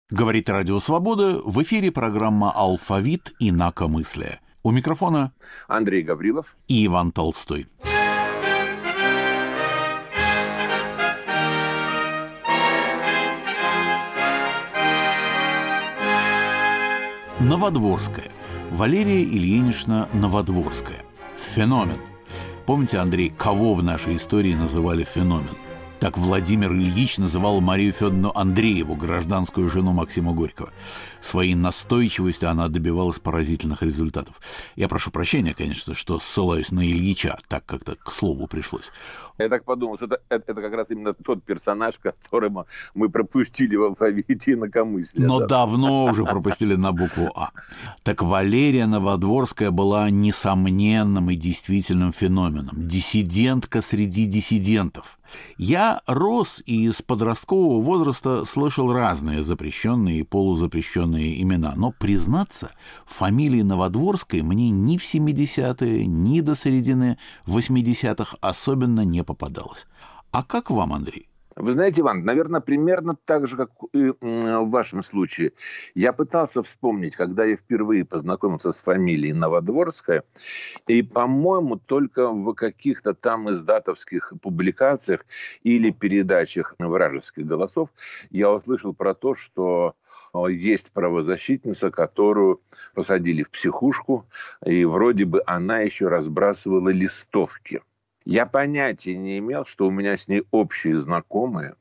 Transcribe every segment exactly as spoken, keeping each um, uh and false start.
Говорит Радио Свобода, в эфире программа «Алфавит. Инакомыслие». У микрофона Андрей Гаврилов и Иван Толстой. Новодворская. Валерия Ильинична Новодворская. Феномен. Помните, Андрей, кого в нашей истории называли феномен? Так Владимир Ильич называл Марию Федоровну Андрееву, гражданскую жену Максима Горького. Своей настойчивостью она добивалась поразительных результатов. Я прошу прощения, конечно, что ссылаюсь на Ильича, так как-то к слову пришлось. Я так подумал, что это, это, это как раз именно тот персонаж, которого мы пропустили в алфавите инакомыслия. Но да. давно уже пропустили на букву «А». Так Валерия Новодворская была несомненным и действительным феноменом. Диссидентка среди диссидентов. Я рос и с подросткового возраста слышал разные запрещенные и полузапрещенные имена. Но, признаться, фамилии Новодворской мне ни в семидесятые, ни до середины восьмидесятых особенно не попадалось. А как вам, Андрей? Вы знаете, Иван, наверное, примерно так же, как и в вашем случае. Я пытался вспомнить, когда я впервые познакомился с фамилией Новодворская, и, по-моему, только в каких-то там издатовских публикациях или передачах вражеских голосов я услышал про то, что есть правозащитница, которую посадили в психушку, и вроде бы она еще разбрасывала листовки. Я понятия не имел, что у меня с ней общие знакомые,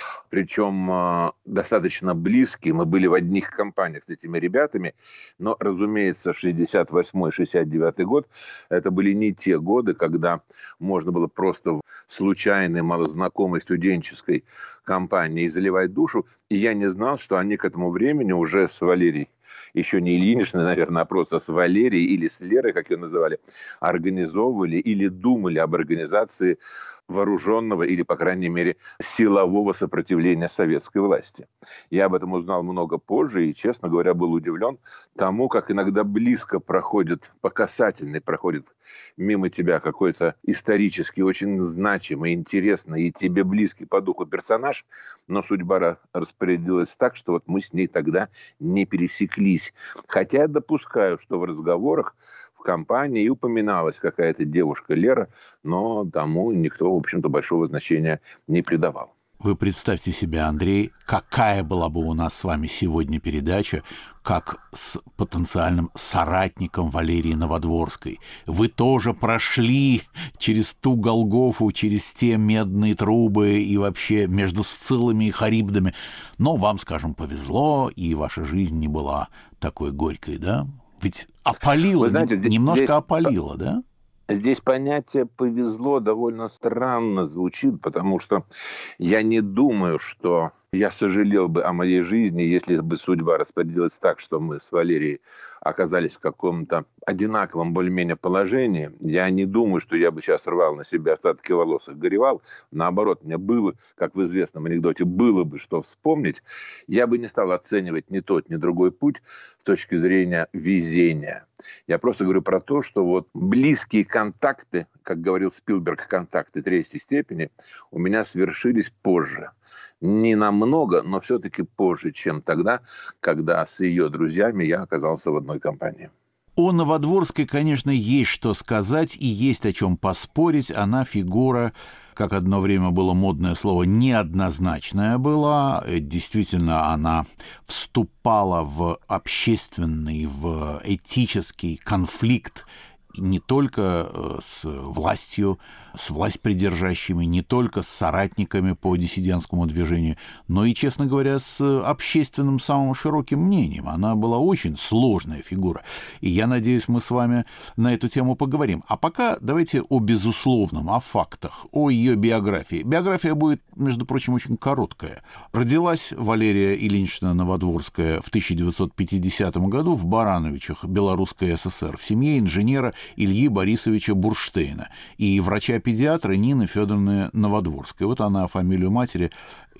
причем э, достаточно близкие. Мы были в одних компаниях с этими ребятами, но, разумеется, шестьдесят восьмой — шестьдесят девятый год – это были не те годы, когда можно было просто в случайной, малознакомой студенческой компании заливать душу. И я не знал, что они к этому времени уже с Валерией, еще не Ильиничной, наверное, а просто с Валерией или с Лерой, как ее называли, организовывали или думали об организации вооруженного или, по крайней мере, силового сопротивления советской власти. Я об этом узнал много позже и, честно говоря, был удивлен тому, как иногда близко проходит, по касательной проходит мимо тебя какой-то исторически очень значимый, интересный и тебе близкий по духу персонаж, но судьба распорядилась так, что вот мы с ней тогда не пересеклись. Хотя я допускаю, что в разговорах в компании и упоминалась какая-то девушка Лера, но тому никто, в общем-то, большого значения не придавал. Вы представьте себе, Андрей, какая была бы у нас с вами сегодня передача, как с потенциальным соратником Валерии Новодворской. Вы тоже прошли через ту Голгофу, через те медные трубы и вообще между Сциллами и Харибдами. Но вам, скажем, повезло, и ваша жизнь не была такой горькой, да? Ведь опалило, знаете, немножко здесь опалило, да? Здесь понятие «повезло» довольно странно звучит, потому что я не думаю, что я сожалел бы о моей жизни, если бы судьба распорядилась так, что мы с Валерией оказались в каком-то одинаковом более-менее положении. Я не думаю, что я бы сейчас рвал на себе остатки волос и горевал. Наоборот, мне было, как в известном анекдоте, было бы что вспомнить. Я бы не стал оценивать ни тот, ни другой путь с точки зрения везения. Я просто говорю про то, что вот близкие контакты, как говорил Спилберг, контакты третьей степени, у меня свершились позже. Не намного, но все-таки позже, чем тогда, когда с ее друзьями я оказался в одной компании. О Новодворской, конечно, есть что сказать и есть о чем поспорить. Она фигура, как одно время было модное слово, неоднозначная была. Действительно, она вступала в общественный, в этический конфликт не только с властью, с властьпридержащими, не только с соратниками по диссидентскому движению, но и, честно говоря, с общественным самым широким мнением. Она была очень сложная фигура. И я надеюсь, мы с вами на эту тему поговорим. А пока давайте о безусловном, о фактах, о ее биографии. Биография будет, между прочим, очень короткая. Родилась Валерия Ильинична Новодворская в тысяча девятьсот пятидесятом году в Барановичах, Белорусской ССР, в семье инженера Ильи Борисовича Бурштейна и врача-педиатра Нины Федоровны Новодворской. Вот она фамилию матери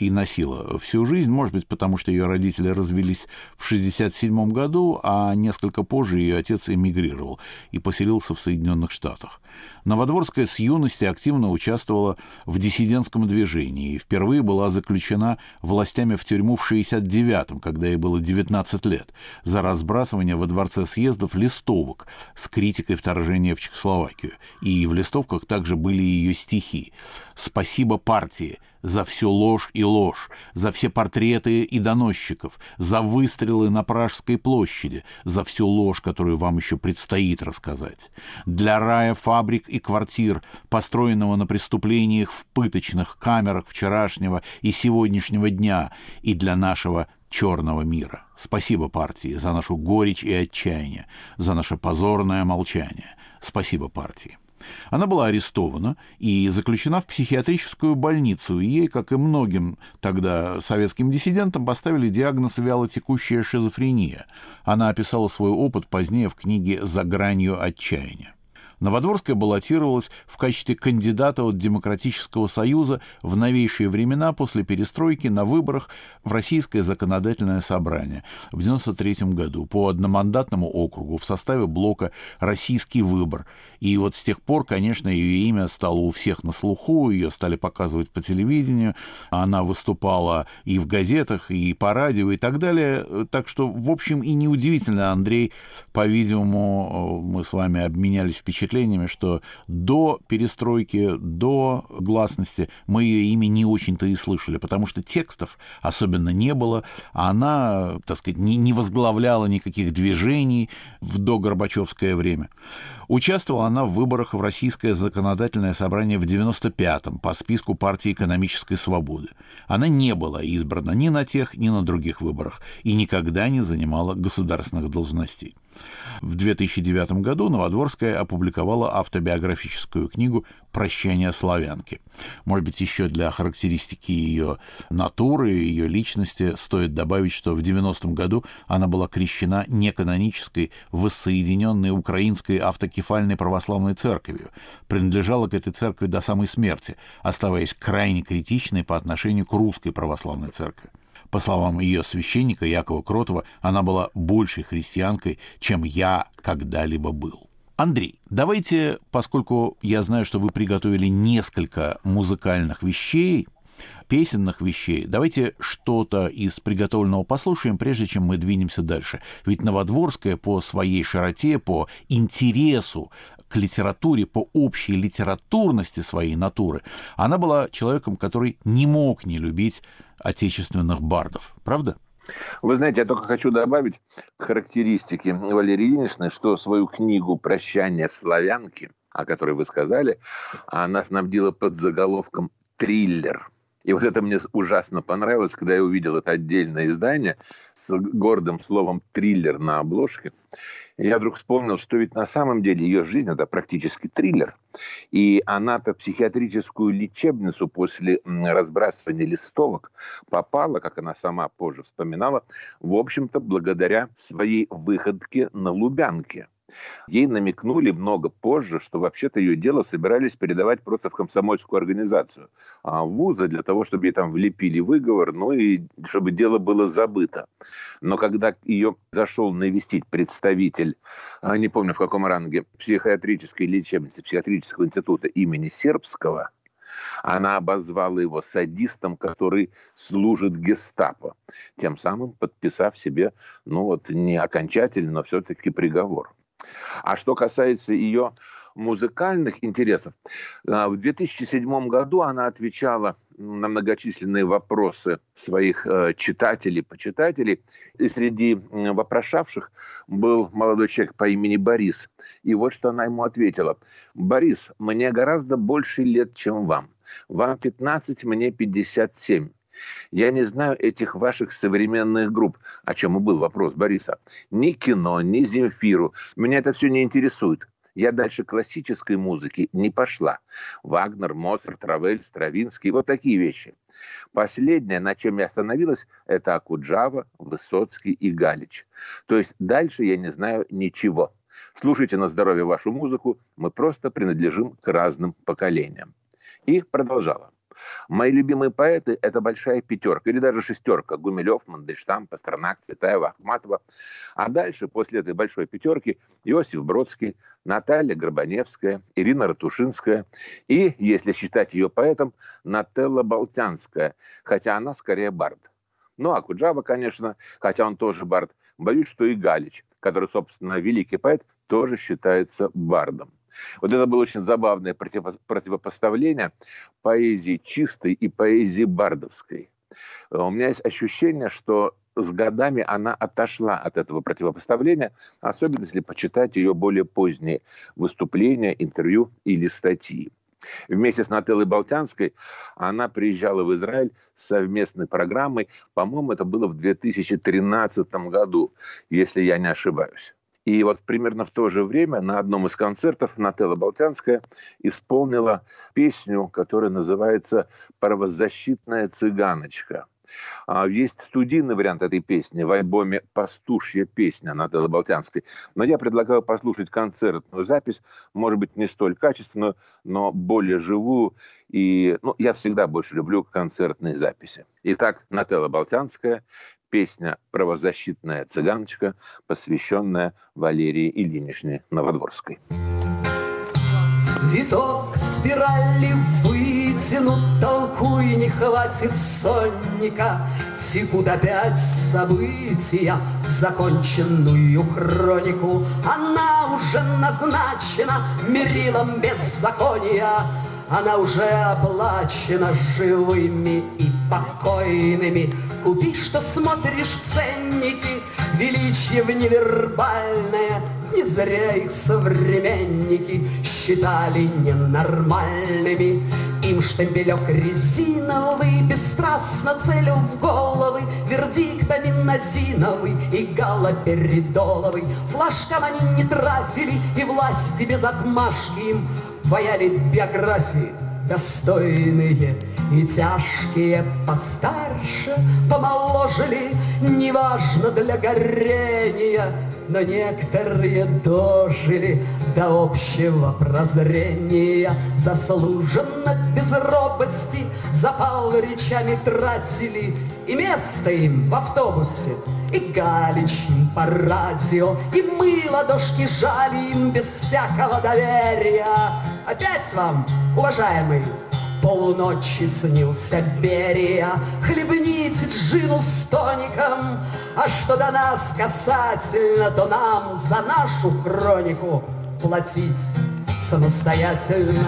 и носила всю жизнь, может быть, потому что ее родители развелись в шестьдесят седьмом году, а несколько позже ее отец эмигрировал и поселился в Соединенных Штатах. Новодворская с юности активно участвовала в диссидентском движении и впервые была заключена властями в тюрьму в шестьдесят девятом, когда ей было девятнадцать лет, за разбрасывание во Дворце съездов листовок с критикой вторжения в Чехословакию. И в листовках также были ее стихи: «Спасибо партии за всю ложь и ложь, за все портреты и доносчиков, за выстрелы на Пражской площади, за всю ложь, которую вам еще предстоит рассказать. Для рая фабрик и квартир, построенного на преступлениях в пыточных камерах вчерашнего и сегодняшнего дня, и для нашего черного мира. Спасибо партии за нашу горечь и отчаяние, за наше позорное молчание. Спасибо партии». Она была арестована и заключена в психиатрическую больницу, и ей, как и многим тогда советским диссидентам, поставили диагноз «вялотекущая шизофрения». Она описала свой опыт позднее в книге «За гранью отчаяния». Новодворская баллотировалась в качестве кандидата от Демократического союза в новейшие времена после перестройки на выборах в Российское законодательное собрание в девяносто третьем году по одномандатному округу в составе блока «Российский выбор». И вот с тех пор, конечно, ее имя стало у всех на слуху, ее стали показывать по телевидению, она выступала и в газетах, и по радио, и так далее. Так что, в общем, и неудивительно, Андрей, по-видимому, мы с вами обменялись впечатлениями, что до перестройки, до гласности мы ее имя не очень-то и слышали, потому что текстов особенно не было, а она, так сказать, не, не возглавляла никаких движений в догорбачевское время. Участвовала она в выборах в Российское законодательное собрание в девяносто пятом по списку партии экономической свободы. Она не была избрана ни на тех, ни на других выборах и никогда не занимала государственных должностей. В две тысячи девятом году Новодворская опубликовала автобиографическую книгу «Прощание славянки». Может быть, еще для характеристики ее натуры, ее личности стоит добавить, что в девяностом году она была крещена неканонической воссоединенной Украинской автокефальной православной церковью, принадлежала к этой церкви до самой смерти, оставаясь крайне критичной по отношению к русской православной церкви. По словам ее священника Якова Кротова, она была большей христианкой, чем я когда-либо был. Андрей, давайте, поскольку я знаю, что вы приготовили несколько музыкальных вещей, песенных вещей, давайте что-то из приготовленного послушаем, прежде чем мы двинемся дальше. Ведь Новодворская по своей широте, по интересу к литературе, по общей литературности своей натуры, она была человеком, который не мог не любить отечественных бардов. Правда? Вы знаете, я только хочу добавить к характеристике Валерии Ильиничны, что свою книгу «Прощание славянки», о которой вы сказали, она снабдила под заголовком «Триллер». И вот это мне ужасно понравилось, когда я увидел это отдельное издание с гордым словом «триллер» на обложке. И я вдруг вспомнил, что ведь на самом деле ее жизнь – это практически триллер. И она-то в психиатрическую лечебницу после разбрасывания листовок попала, как она сама позже вспоминала, в общем-то, благодаря своей выходке на Лубянке. Ей намекнули много позже, что вообще-то ее дело собирались передавать просто в комсомольскую организацию, а в вузы для того, чтобы ей там влепили выговор, ну и чтобы дело было забыто. Но когда ее зашел навестить представитель, не помню в каком ранге, психиатрической лечебницы, психиатрического института имени Сербского, она обозвала его садистом, который служит гестапо, тем самым подписав себе, ну вот, не окончательный, но все-таки приговор. А что касается ее музыкальных интересов, в две тысячи седьмом году она отвечала на многочисленные вопросы своих читателей, почитателей. И среди вопрошавших был молодой человек по имени Борис. И вот что она ему ответила. «Борис, мне гораздо больше лет, чем вам. Вам пятнадцать, мне пятьдесят семь. Я не знаю этих ваших современных групп», о чем и был вопрос Бориса, «ни кино, ни Земфиру. Меня это все не интересует. Я дальше классической музыки не пошла. Вагнер, Моцарт, Равель, Стравинский, вот такие вещи. Последнее, на чем я остановилась, это Акуджава, Высоцкий и Галич. То есть дальше я не знаю ничего. Слушайте на здоровье вашу музыку, мы просто принадлежим к разным поколениям». И продолжала. Мои любимые поэты – это большая пятерка или даже шестерка. Гумилев, Мандельштам, Пастернак, Цветаева, Ахматова. А дальше, после этой большой пятерки, Иосиф Бродский, Наталья Горбаневская, Ирина Ратушинская и, если считать ее поэтом, Нателла Болтянская, хотя она скорее бард. Ну, а Куджава, конечно, хотя он тоже бард. Боюсь, что и Галич, который, собственно, великий поэт, тоже считается бардом. Вот это было очень забавное противопоставление поэзии чистой и поэзии бардовской. У меня есть ощущение, что с годами она отошла от этого противопоставления, особенно если почитать ее более поздние выступления, интервью или статьи. Вместе с Нателлой Болтянской она приезжала в Израиль с совместной программой. По-моему, это было в две тысячи тринадцатом году, если я не ошибаюсь. И вот примерно в то же время на одном из концертов Нателла Болтянская исполнила песню, которая называется «Правозащитная цыганочка». Есть студийный вариант этой песни в альбоме «Пастушья песня» Нателлы Болтянской. Но я предлагаю послушать концертную запись, может быть, не столь качественную, но более живую. И ну, я всегда больше люблю концертные записи. Итак, Нателла Болтянская, песня «Правозащитная цыганочка», посвященная Валерии Ильиничне Новодворской. Виток спирали вытянут, толкуй, не хватит сонника. Текут опять события в законченную хронику. Она уже назначена мерилом беззакония. Она уже оплачена живыми и покойными. Купи, что смотришь в ценники, величие в невербальное. Не зря их современники считали ненормальными. Им штемпелек резиновый бесстрастно целил в головы, вердикт аминозиновый и галоперидоловый. Флажкам они не трафили, и власти без отмашки им ваяли биографии достойные и тяжкие. Постарше, помоложе ли, неважно для горения, но некоторые дожили до общего прозрения. Заслуженно, без робости, запал речами тратили, и место им в автобусе, и Галич им по радио, и мы ладошки жали им без всякого доверия. Опять вам, уважаемый, полночи снился Берия. Хлебните джину с тоником, а что до нас касательно, то нам за нашу хронику платить самостоятельно.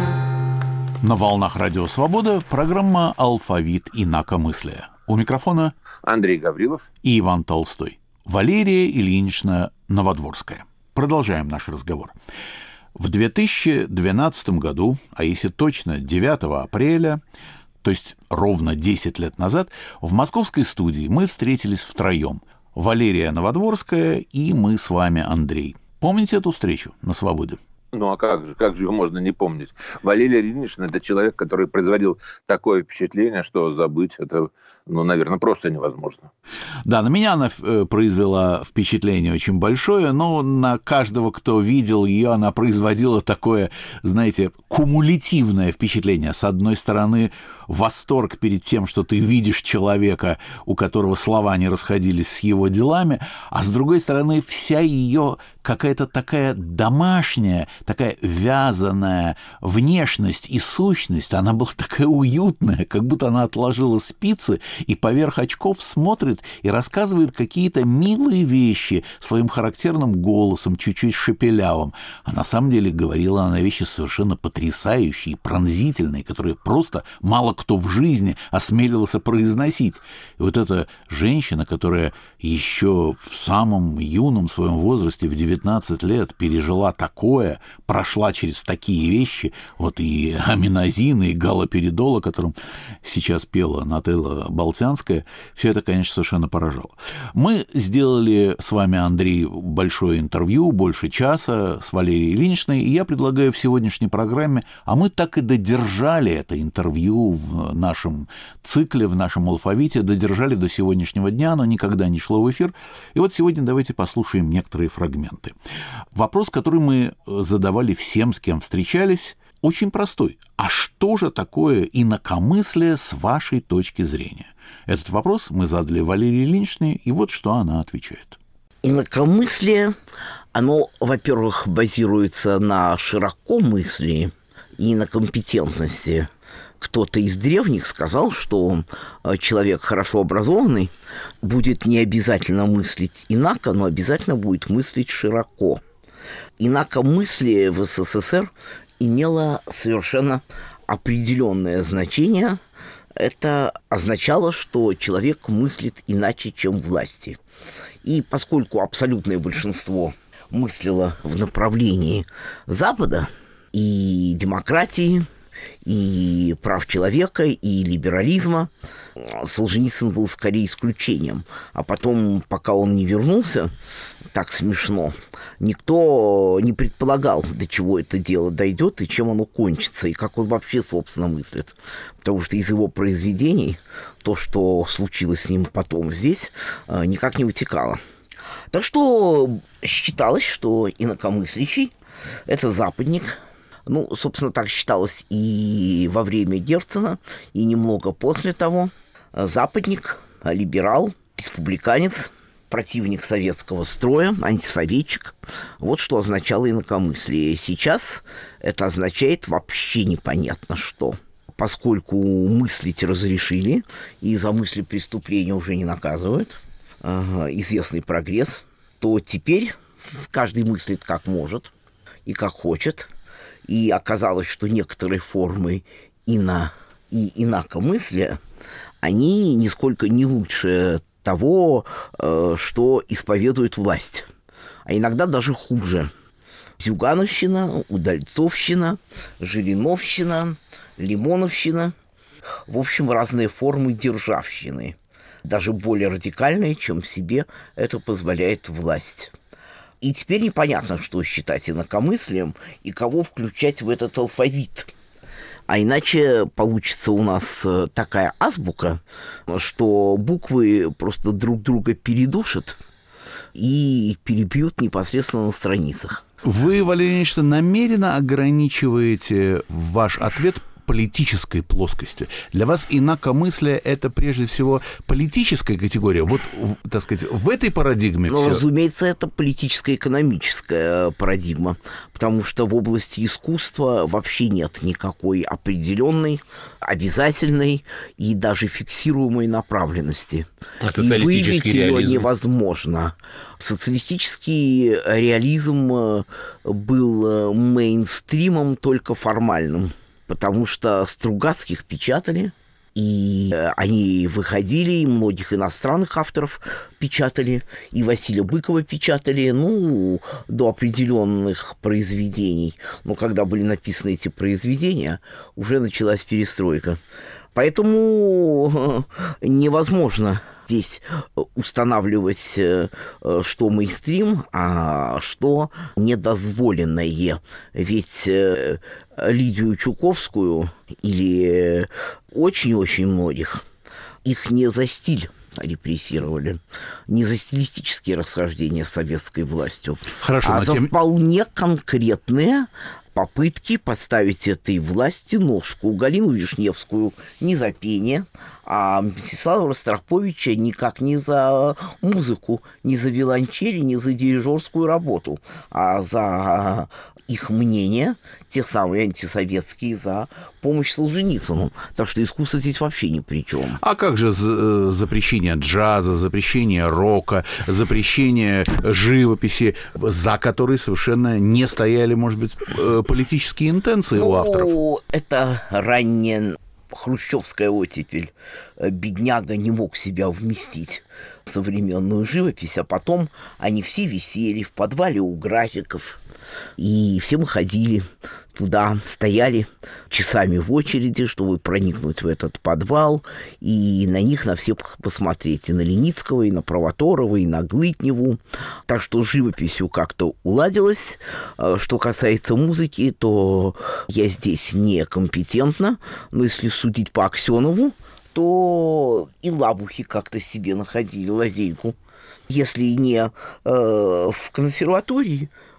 На волнах Радио Свобода программа «Алфавит инакомыслия». У микрофона Андрей Гаврилов и Иван Толстой. Валерия Ильинична Новодворская. Продолжаем наш разговор. В две тысячи двенадцатом году, а если точно девятого апреля, то есть ровно десять лет назад, в московской студии мы встретились втроем. Валерия Новодворская и мы с вами, Андрей. Помните эту встречу на «Свободе»? Ну а как же, как же его можно не помнить? Валерия Ильинична – это человек, который производил такое впечатление, что забыть это, ну, наверное, просто невозможно. Да, на меня она произвела впечатление очень большое, но на каждого, кто видел ее, она производила такое, знаете, кумулятивное впечатление. С одной стороны, восторг перед тем, что ты видишь человека, у которого слова не расходились с его делами, а с другой стороны, вся ее какая-то такая домашняя, такая вязаная внешность и сущность, она была такая уютная, как будто она отложила спицы и поверх очков смотрит и рассказывает какие-то милые вещи своим характерным голосом, чуть-чуть шепелявым. А на самом деле говорила она вещи совершенно потрясающие, пронзительные, которые просто мало кто в жизни осмеливался произносить. И вот эта женщина, которая еще в самом юном своем возрасте, в девятнадцать лет, пережила такое, прошла через такие вещи, вот и аминозин, и галоперидол, о котором сейчас пела Нателла Болтянская, все это, конечно, совершенно поражало. Мы сделали с вами, Андрей, большое интервью, больше часа с Валерией Ильиничной, и я предлагаю в сегодняшней программе, а мы так и додержали это интервью в нашем цикле, в нашем алфавите, додержали до сегодняшнего дня, оно никогда не шло в эфир. И вот сегодня давайте послушаем некоторые фрагменты. Вопрос, который мы задавали всем, с кем встречались: очень простой. А что же такое инакомыслие с вашей точки зрения? Этот вопрос мы задали Валерии Ильиничне, и вот что она отвечает. Инакомыслие, оно, во-первых, базируется на широкомыслии и на компетентности. Кто-то из древних сказал, что человек хорошо образованный будет не обязательно мыслить инако, но обязательно будет мыслить широко. Инакомыслие в СССР имело совершенно определенное значение. Это означало, что человек мыслит иначе, чем власти. И поскольку абсолютное большинство мыслило в направлении Запада и демократии, и прав человека, и либерализма, Солженицын был скорее исключением. А потом, пока он не вернулся, так смешно, никто не предполагал, до чего это дело дойдет и чем оно кончится, и как он вообще, собственно, мыслит. Потому что из его произведений то, что случилось с ним потом здесь, никак не вытекало. Так что считалось, что инакомыслящий – это западник. Ну, собственно, так считалось и во время Герцена, и немного после того. Западник, либерал, республиканец, противник советского строя, антисоветчик. Вот что означало инакомыслие. Сейчас это означает вообще непонятно что. Поскольку мыслить разрешили, и за мысли преступления уже не наказывают, ага, известный прогресс, то теперь каждый мыслит как может и как хочет. И оказалось, что некоторые формы ино, и инакомыслия, они нисколько не лучше того, что исповедует власть. А иногда даже хуже. Зюгановщина, удальцовщина, жириновщина, лимоновщина. В общем, разные формы державщины. Даже более радикальные, чем себе это позволяет власть. И теперь непонятно, что считать инакомыслием и кого включать в этот алфавит. А иначе получится у нас такая азбука, что буквы просто друг друга передушат и перебьют непосредственно на страницах. Вы, Валерия Ильинична, намеренно ограничиваете ваш ответ политической плоскостью. Для вас инакомыслие – это прежде всего политическая категория. Вот, так сказать, в этой парадигме Ну, все... разумеется, это политическо-экономическая парадигма, потому что в области искусства вообще нет никакой определенной, обязательной и даже фиксируемой направленности. А и выявить ее невозможно. Социалистический реализм был мейнстримом только формальным. Потому что Стругацких печатали, и они выходили, и многих иностранных авторов печатали, и Василия Быкова печатали, ну, до определенных произведений. Но когда были написаны эти произведения, уже началась перестройка. Поэтому невозможно здесь устанавливать, что мейнстрим, а что недозволенное. Ведь Лидию Чуковскую или очень-очень многих, их не за стиль репрессировали, не за стилистические расхождения с советской властью, Хорошо, а за тем... вполне конкретные попытки подставить этой власти ножку. Галину Вишневскую не за пение, а Мстислава Ростроповича никак не за музыку, не за виолончели, не за дирижерскую работу, а за их мнение, те самые антисоветские, за помощь Солженицыну. Так что искусство здесь вообще ни при чем. А как же запрещение джаза, запрещение рока, запрещение живописи, за которые совершенно не стояли, может быть, политические интенции ну, у авторов? Это ранняя хрущевская оттепель. Бедняга не мог себя вместить в современную живопись, а потом они все висели в подвале у графиков. И все мы ходили туда, стояли часами в очереди, чтобы проникнуть в этот подвал, и на них на всех посмотреть, и на Леницкого, и на Провоторова, и на Глытневу. Так что с живописью как-то уладилось. Что касается музыки, то я здесь некомпетентна, но если судить по Аксенову, то и лабухи как-то себе находили лазейку. Если не э, в консерватории,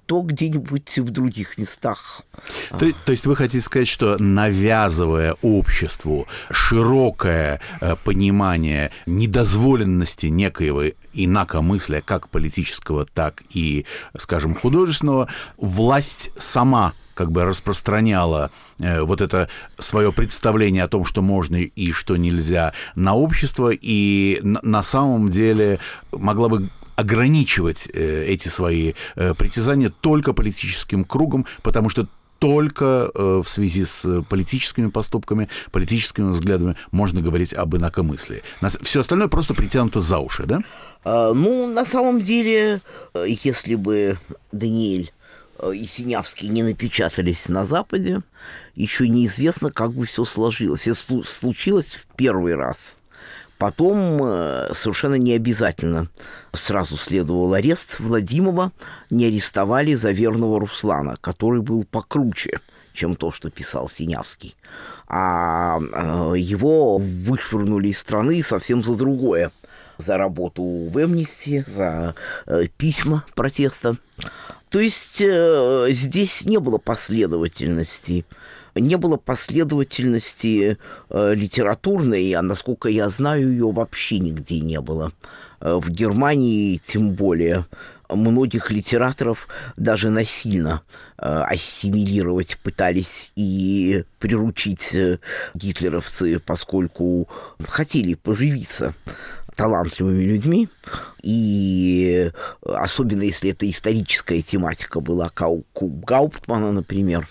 то где-нибудь в других местах. То, то есть вы хотите сказать, что навязывая обществу широкое э, понимание недозволенности некоего инакомыслия, как политического, так и, скажем, художественного, власть сама как бы распространяла э, вот это свое представление о том, что можно и что нельзя, на общество, и на, на самом деле могла бы ограничивать э, эти свои э, притязания только политическим кругом, потому что только э, в связи с политическими поступками, политическими взглядами можно говорить об инакомыслии. Все остальное просто притянуто за уши, да? А, ну, на самом деле, если бы Даниэль и Синявский не напечатались на Западе, еще неизвестно, как бы все сложилось. Это случилось в первый раз. Потом совершенно не обязательно сразу следовал арест Владимира, не арестовали за верного Руслана, который был покруче, чем то, что писал Синявский. А его вышвырнули из страны совсем за другое. За работу в Эмнисти, за письма протеста. То есть э, здесь не было последовательности. Не было последовательности э, литературной, а, насколько я знаю, ее вообще нигде не было. Э, в Германии тем более. Многих литераторов даже насильно э, ассимилировать пытались и приручить э, гитлеровцы, поскольку хотели поживиться талантливыми людьми, и особенно если это историческая тематика была, как у Гауптмана, например,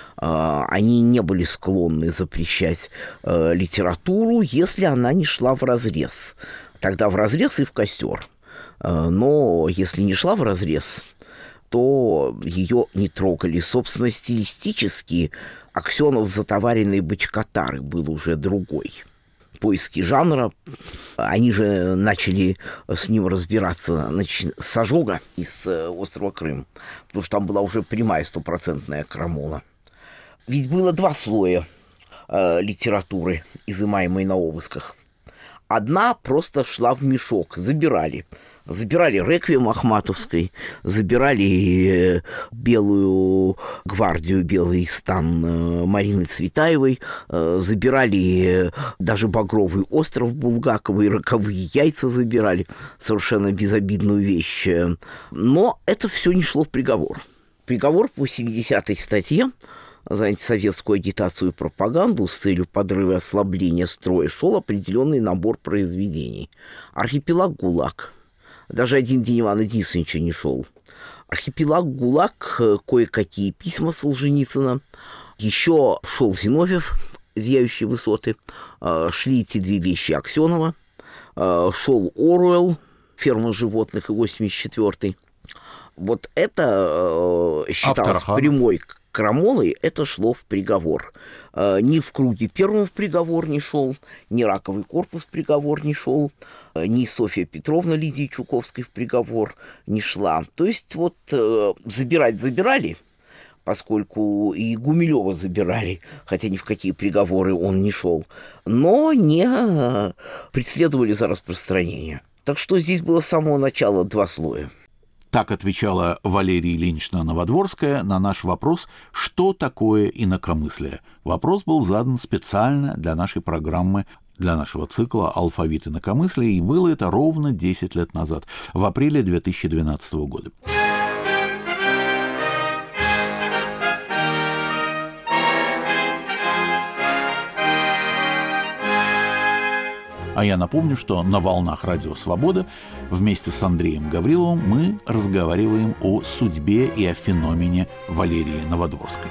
они не были склонны запрещать литературу, если она не шла вразрез. Тогда вразрез и в костер. Но если не шла вразрез, то ее не трогали. Собственно, стилистически Аксенов «Затоваренный бочкатары» был уже другой. Поиски жанра, они же начали с ним разбираться нач... с ожога из э, острова Крым, потому что там была уже прямая стопроцентная крамола. Ведь было два слоя э, литературы, изымаемой на обысках. Одна просто шла в мешок, забирали. Забирали «Реквием» Ахматовской, забирали «Белую гвардию», «Белый стан» Марины Цветаевой, забирали даже «Багровый остров» Булгаковой, «Роковые яйца» забирали, совершенно безобидную вещь. Но это все не шло в приговор. Приговор по семидесятой статье за антисоветскую агитацию и пропаганду с целью подрыва и ослабления строя шел определенный набор произведений. «Архипелаг ГУЛАГ». Даже «Один день Ивана Денисовича» не шел. «Архипелаг ГУЛАГ», кое-какие письма Солженицына. Еще шел Зиновьев, «Зияющие высоты». Шли эти две вещи Аксенова. Шел Оруэлл, «Ферма животных» и восемьдесят четвёртый. Вот это считалось Автор, прямой крамолой, это шло в приговор. Ни в «Круге первом» в приговор не шел, ни «Раковый корпус» в приговор не шел, ни Софья Петровна Лидии Чуковской в приговор не шла. То есть вот забирать забирали, поскольку и Гумилева забирали, хотя ни в какие приговоры он не шел, но не преследовали за распространение. Так что здесь было с самого начала два слоя. Так отвечала Валерия Ильинична Новодворская на наш вопрос, что такое инакомыслие. Вопрос был задан специально для нашей программы, для нашего цикла «Алфавит инакомыслия», и было это ровно десять лет назад, в апреле две тысячи двенадцатого года. А я напомню, что на волнах Радио Свобода вместе с Андреем Гавриловым мы разговариваем о судьбе и о феномене Валерии Новодворской.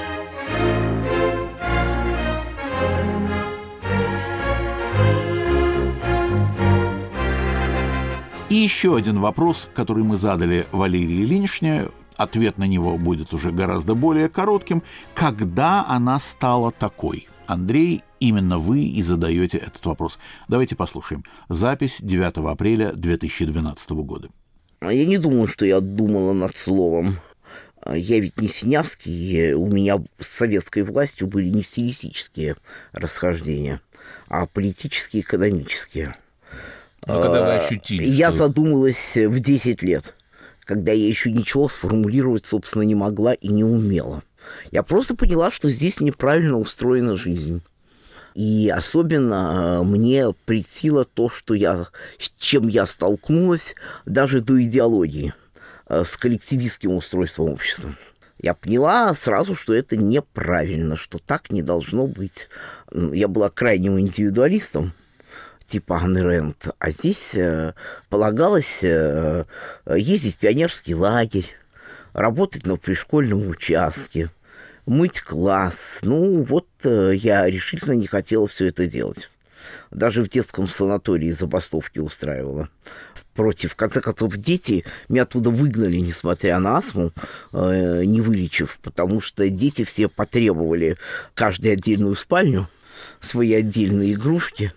И еще один вопрос, который мы задали Валерии Ильиничне, ответ на него будет уже гораздо более коротким. Когда она стала такой? Андрей, именно вы и задаете этот вопрос. Давайте послушаем. Запись девятого апреля две тысячи двенадцатого года. Я не думаю, что я думала над словом. Я ведь не Синявский, у меня с советской властью были не стилистические расхождения, а политические, экономические. Но когда вы ощутили, я что... задумалась в десять лет, когда я еще ничего сформулировать, собственно, не могла и не умела. Я просто поняла, что здесь неправильно устроена жизнь. И особенно мне претило то, что я, с чем я столкнулась даже до идеологии, с коллективистским устройством общества. Я поняла сразу, что это неправильно, что так не должно быть. Я была крайним индивидуалистом, типа Анны Рэнд, а здесь полагалось ездить в пионерский лагерь, работать на пришкольном участке, мыть класс. Ну, вот я решительно не хотела все это делать. Даже в детском санатории забастовки устраивала. Против. В конце концов, дети меня оттуда выгнали, несмотря на астму, э, не вылечив, потому что дети все потребовали каждую отдельную спальню, свои отдельные игрушки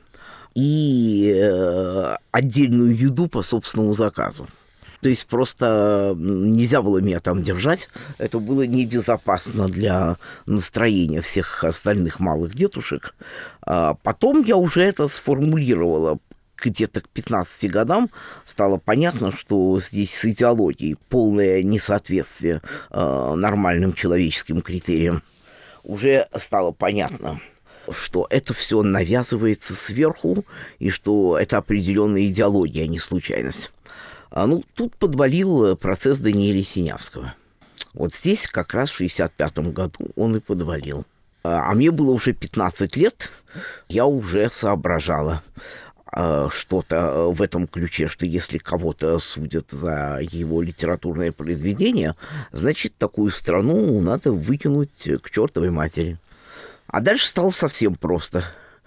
и э, отдельную еду по собственному заказу. То есть просто нельзя было меня там держать. Это было небезопасно для настроения всех остальных малых детушек. А потом я уже это сформулировала. Где-то к пятнадцати годам стало понятно, что здесь с идеологией полное несоответствие э, нормальным человеческим критериям. Уже стало понятно, что это все навязывается сверху, и что это определенная идеология, а не случайность. А, ну, тут подвалил процесс Даниэля Синявского. Вот здесь как раз в шестьдесят пятом году он и подвалил. А, а мне было уже пятнадцать лет, я уже соображала что-то в этом ключе, что если кого-то судят за его литературное произведение, значит, такую страну надо выкинуть к чертовой матери. А дальше стало совсем просто.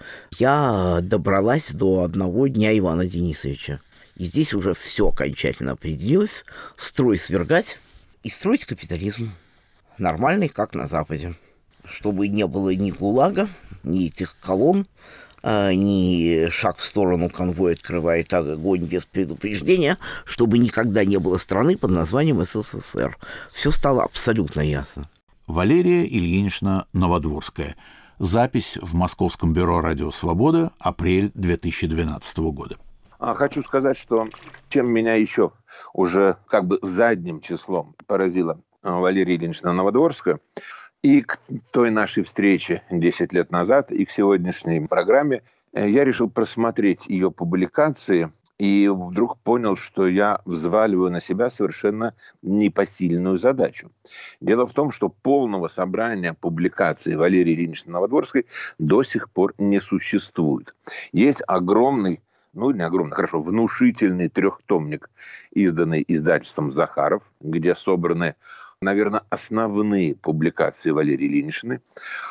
Я добралась до одного дня Ивана Денисовича. И здесь уже все окончательно определилось. Строй свергать и строить капитализм. Нормальный, как на Западе. Чтобы не было ни ГУЛАГа, ни этих колонн, ни шаг в сторону конвой открывает огонь без предупреждения, чтобы никогда не было страны под названием СССР. Все стало абсолютно ясно. Валерия Ильинична Новодворская. Запись в Московском бюро «Радио Свобода», апрель две тысячи двенадцатого года. Хочу сказать, что чем меня еще уже как бы задним числом поразила Валерия Ильинична Новодворская, и к той нашей встрече десять лет назад, и к сегодняшней программе я решил просмотреть ее публикации и вдруг понял, что я взваливаю на себя совершенно непосильную задачу. Дело в том, что полного собрания публикаций Валерии Ильиничны Новодворской до сих пор не существует. Есть огромный, ну не огромный, хорошо, внушительный трехтомник, изданный издательством «Захаров», где собраны, наверное, основные публикации Валерии Ильиничны.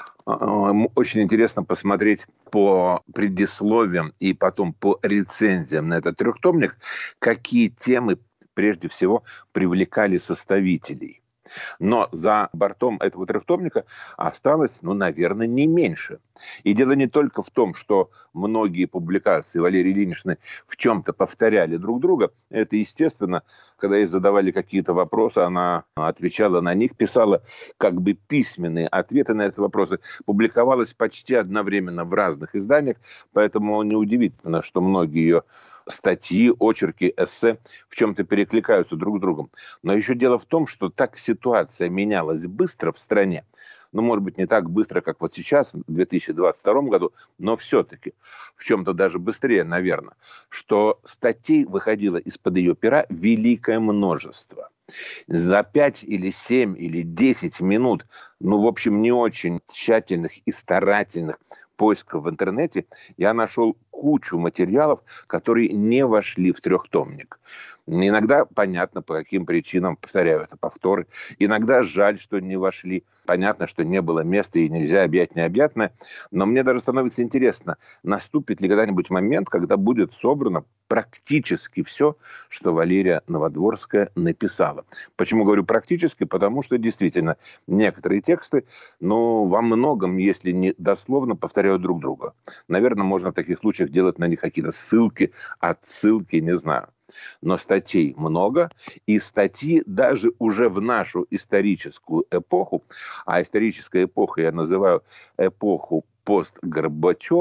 Очень интересно посмотреть по предисловиям и потом по рецензиям на этот трехтомник, какие темы прежде всего привлекали составителей. Но за бортом этого трехтомника осталось, ну, наверное, не меньше. И дело не только в том, что многие публикации Валерии Ильиничны в чем-то повторяли друг друга. Это естественно, когда ей задавали какие-то вопросы, она отвечала на них, писала как бы письменные ответы на эти вопросы. Публиковалась почти одновременно в разных изданиях, поэтому неудивительно, что многие ее статьи, очерки, эссе в чем-то перекликаются друг с другом. Но еще дело в том, что так ситуация менялась быстро в стране, ну, может быть, не так быстро, как вот сейчас, в две тысячи двадцать втором году, но все-таки в чем-то даже быстрее, наверное, что статей выходило из-под ее пера великое множество. За пять или семь или десять минут, ну, в общем, не очень тщательных и старательных поисков в интернете я нашел кучу материалов, которые не вошли в трехтомник. Иногда понятно, по каким причинам, повторяю, это повторы. Иногда жаль, что не вошли. Понятно, что не было места и нельзя объять необъятное. Но мне даже становится интересно, наступит ли когда-нибудь момент, когда будет собрано практически все, что Валерия Новодворская написала. Почему говорю практически? Потому что действительно некоторые тексты, ну, во многом, если не дословно, повторяют друг друга. Наверное, можно в таких случаях делать на них какие-то ссылки, отсылки, не знаю. Но статей много, и статьи даже уже в нашу историческую эпоху, а историческая эпоха я называю эпоху пост-Горбачева,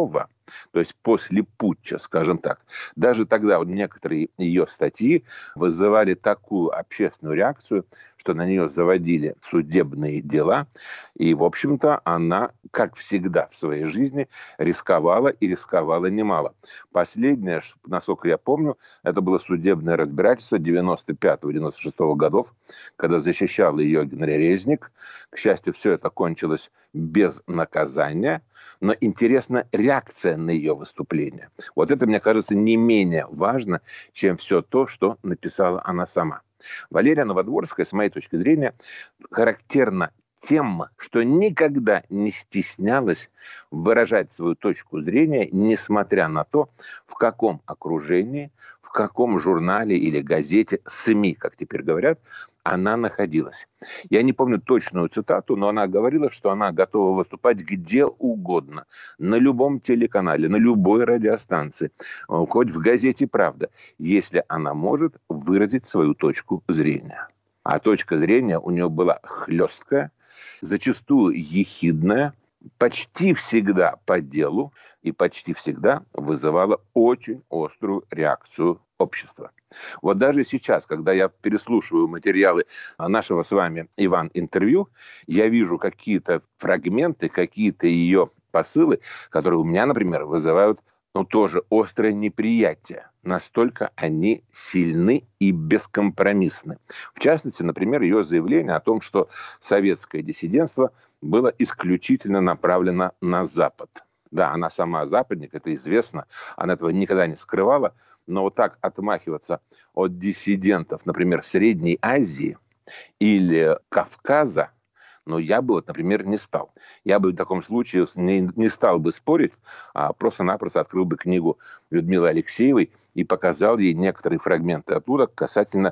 то есть после путча, скажем так. Даже тогда вот некоторые ее статьи вызывали такую общественную реакцию, что на нее заводили судебные дела. И, в общем-то, она, как всегда в своей жизни, рисковала и рисковала немало. Последнее, насколько я помню, это было судебное разбирательство девяносто пятого — девяносто шестого годов, когда защищал ее Генри Резник. К счастью, все это кончилось без наказания. Но интересна реакция на ее выступление. Вот это, мне кажется, не менее важно, чем все то, что написала она сама. Валерия Новодворская, с моей точки зрения, характерна тем, что никогда не стеснялась выражать свою точку зрения, несмотря на то, в каком окружении, в каком журнале или газете, СМИ, как теперь говорят, она находилась. Я не помню точную цитату, но она говорила, что она готова выступать где угодно, на любом телеканале, на любой радиостанции, хоть в газете «Правда», если она может выразить свою точку зрения. А точка зрения у нее была хлесткая, зачастую ехидная, почти всегда по делу и почти всегда вызывала очень острую реакцию общества. Вот даже сейчас, когда я переслушиваю материалы нашего с вами, Иван, интервью, я вижу какие-то фрагменты, какие-то ее посылы, которые у меня, например, вызывают ну, тоже острое неприятие. Настолько они сильны и бескомпромиссны. В частности, например, ее заявление о том, что советское диссидентство было исключительно направлено на Запад. Да, она сама западник, это известно, она этого никогда не скрывала, но вот так отмахиваться от диссидентов, например, Средней Азии или Кавказа, ну, я бы, вот, например, не стал. Я бы в таком случае не, не стал бы спорить, а просто-напросто открыл бы книгу Людмилы Алексеевой и показал ей некоторые фрагменты оттуда касательно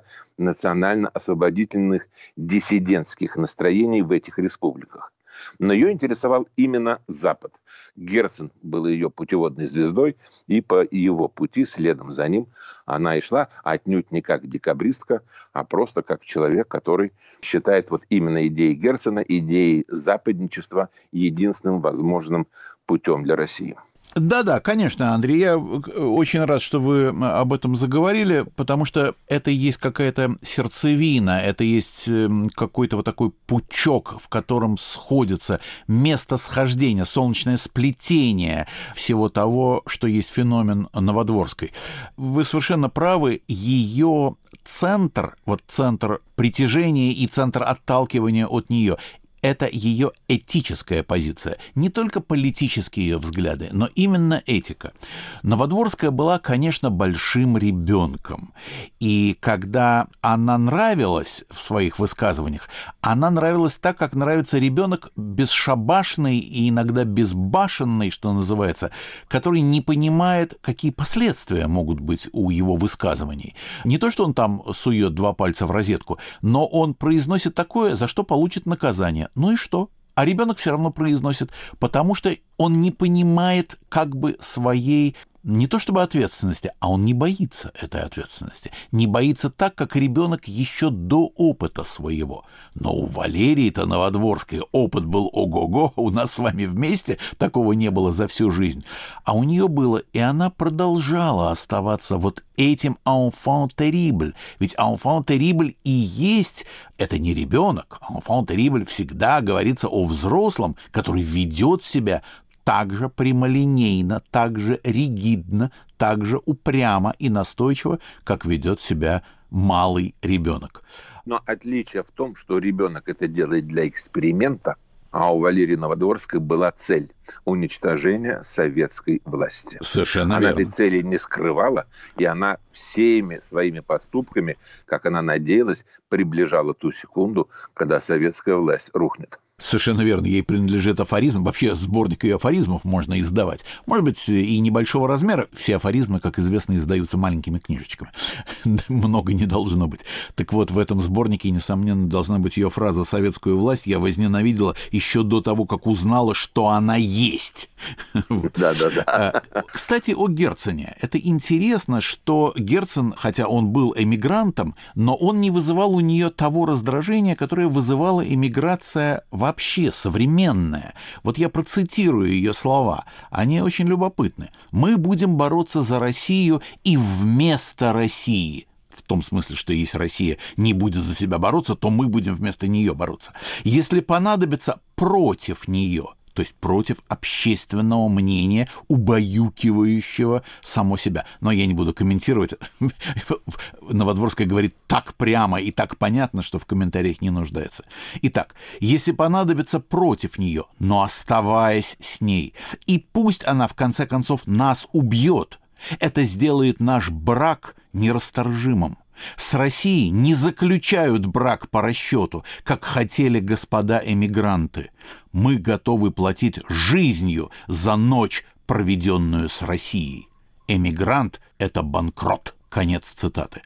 национально-освободительных диссидентских настроений в этих республиках. Но ее интересовал именно Запад. Герцен был ее путеводной звездой, и по его пути, следом за ним, она и шла отнюдь не как декабристка, а просто как человек, который считает вот именно идеи Герцена, идеи западничества единственным возможным путем для России. Да-да, конечно, Андрей, я очень рад, что вы об этом заговорили, потому что это есть какая-то сердцевина, это есть какой-то вот такой пучок, в котором сходится место схождения, солнечное сплетение всего того, что есть феномен Новодворской. Вы совершенно правы, ее центр, вот центр притяжения и центр отталкивания от нее – это ее этическая позиция, не только политические ее взгляды, но именно этика. Новодворская была, конечно, большим ребенком, и когда она нравилась в своих высказываниях, она нравилась так, как нравится ребенок бесшабашный и иногда безбашенный, что называется, который не понимает, какие последствия могут быть у его высказываний. Не то, что он там сует два пальца в розетку, но он произносит такое, за что получит наказание. Ну и что? А ребенок все равно произносит, потому что он не понимает как бы своей, не то чтобы ответственности, а он не боится этой ответственности. Не боится так, как ребенок еще до опыта своего. Но у Валерии-то Новодворской опыт был ого-го, у нас с вами вместе такого не было за всю жизнь. А у нее было, и она продолжала оставаться вот этим enfant terrible. Ведь enfant terrible и есть, это не ребенок. Enfant terrible всегда говорится о взрослом, который ведет себя так же прямолинейно, так же ригидно, так же упрямо и настойчиво, как ведет себя малый ребенок. Но отличие в том, что ребенок это делает для эксперимента, а у Валерии Новодворской была цель – уничтожение советской власти. Совершенно она верно. этой цели не скрывала, и она всеми своими поступками, как она надеялась, приближала ту секунду, когда советская власть рухнет. Совершенно верно, ей принадлежит афоризм. Вообще сборник ее афоризмов можно издавать. Может быть, и небольшого размера. Все афоризмы, как известно, издаются маленькими книжечками. Много не должно быть. Так вот, в этом сборнике, несомненно, должна быть ее фраза «Советскую власть я возненавидела еще до того, как узнала, что она есть». Да-да-да. Кстати, о Герцене. Это интересно, что Герцен, хотя он был эмигрантом, но он не вызывал у нее того раздражения, которое вызывала эмиграция в вообще современная. Вот я процитирую ее слова, они очень любопытны. «Мы будем бороться за Россию и вместо России». В том смысле, что если Россия не будет за себя бороться, то мы будем вместо нее бороться. Если понадобится, против нее. То есть против общественного мнения, убаюкивающего само себя. Но я не буду комментировать. Новодворская говорит так прямо и так понятно, что в комментариях не нуждается. Итак, если понадобится, против нее, но оставаясь с ней. И пусть она, в конце концов, нас убьет. Это сделает наш брак нерасторжимым. С Россией не заключают брак по расчету, как хотели господа эмигранты. Мы готовы платить жизнью за ночь, проведенную с Россией. Эмигрант – это банкрот. Конец цитаты.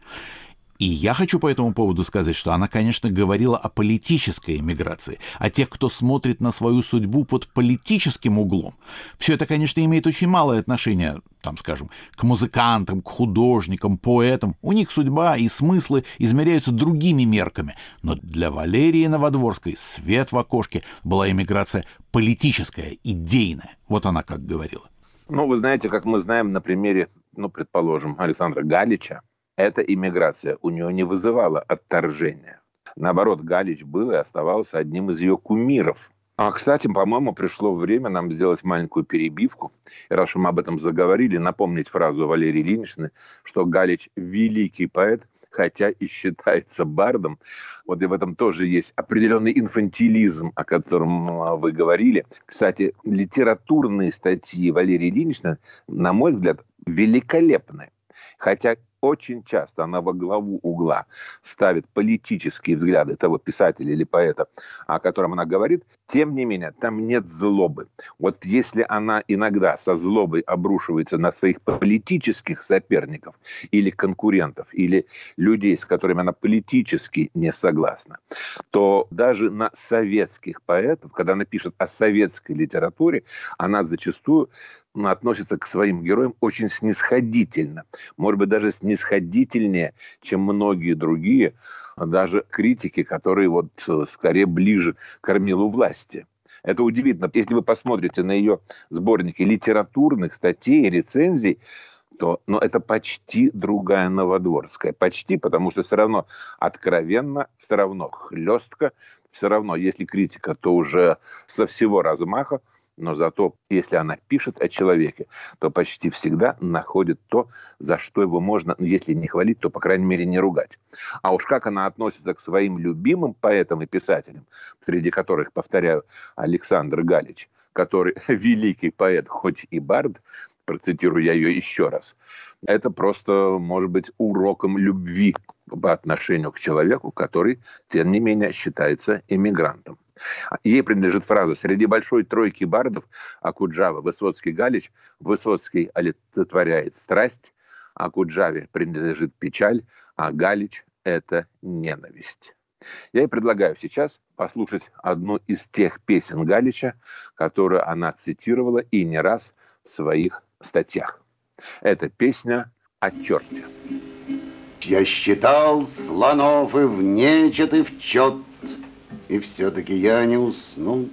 И я хочу по этому поводу сказать, что она, конечно, говорила о политической эмиграции, о тех, кто смотрит на свою судьбу под политическим углом. Все это, конечно, имеет очень малое отношение, там, скажем, к музыкантам, к художникам, поэтам. У них судьба и смыслы измеряются другими мерками. Но для Валерии Новодворской «Свет в окошке» была эмиграция политическая, идейная. Вот она как говорила. Ну, вы знаете, как мы знаем на примере, ну, предположим, Александра Галича, эта иммиграция у него не вызывала отторжения. Наоборот, Галич был и оставался одним из ее кумиров. А, кстати, по-моему, пришло время нам сделать маленькую перебивку. И раз мы об этом заговорили, напомнить фразу Валерии Ильиничны, что Галич – великий поэт, хотя и считается бардом. Вот и в этом тоже есть определенный инфантилизм, о котором вы говорили. Кстати, литературные статьи Валерии Ильиничны, на мой взгляд, великолепны. Хотя очень часто она во главу угла ставит политические взгляды того писателя или поэта, о котором она говорит, тем не менее, там нет злобы. Вот если она иногда со злобой обрушивается на своих политических соперников или конкурентов, или людей, с которыми она политически не согласна, то даже на советских поэтов, когда она пишет о советской литературе, она зачастую относится к своим героям очень снисходительно. Может быть, даже снисходительнее, чем многие другие, даже критики, которые вот скорее ближе к кормилу власти. Это удивительно. Если вы посмотрите на ее сборники литературных статей, рецензий, то ну, это почти другая Новодворская. Почти, потому что все равно откровенно, все равно хлестко, все равно, если критика, то уже со всего размаха. Но зато, если она пишет о человеке, то почти всегда находит то, за что его можно, если не хвалить, то, по крайней мере, не ругать. А уж как она относится к своим любимым поэтам и писателям, среди которых, повторяю, Александр Галич, который великий поэт, хоть и бард, процитирую я ее еще раз, это просто, может быть, уроком любви по отношению к человеку, который, тем не менее, считается эмигрантом. Ей принадлежит фраза: «Среди большой тройки бардов Акуджава, Высоцкий, Галич, Высоцкий олицетворяет страсть, Акуджаве принадлежит печаль, а Галич – это ненависть». Я ей предлагаю сейчас послушать одну из тех песен Галича, которую она цитировала и не раз в своих статьях. Это песня о черте. Я считал слонов и в нечет, и в чет, и все-таки я не уснул.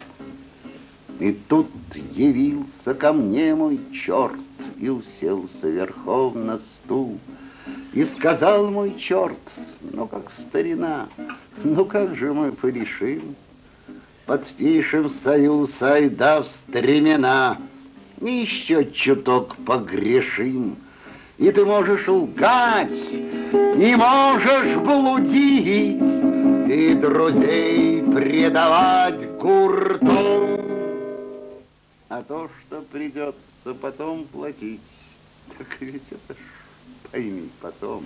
И тут явился ко мне мой черт и уселся верхом на стул. И сказал мой черт: ну как старина, ну как же мы порешим? Подпишем союз, айда в стремена, и еще чуток погрешим. И ты можешь лгать, не можешь блудить, и друзей предавать гуртом. А то, что придется потом платить, так ведь это ж пойми потом.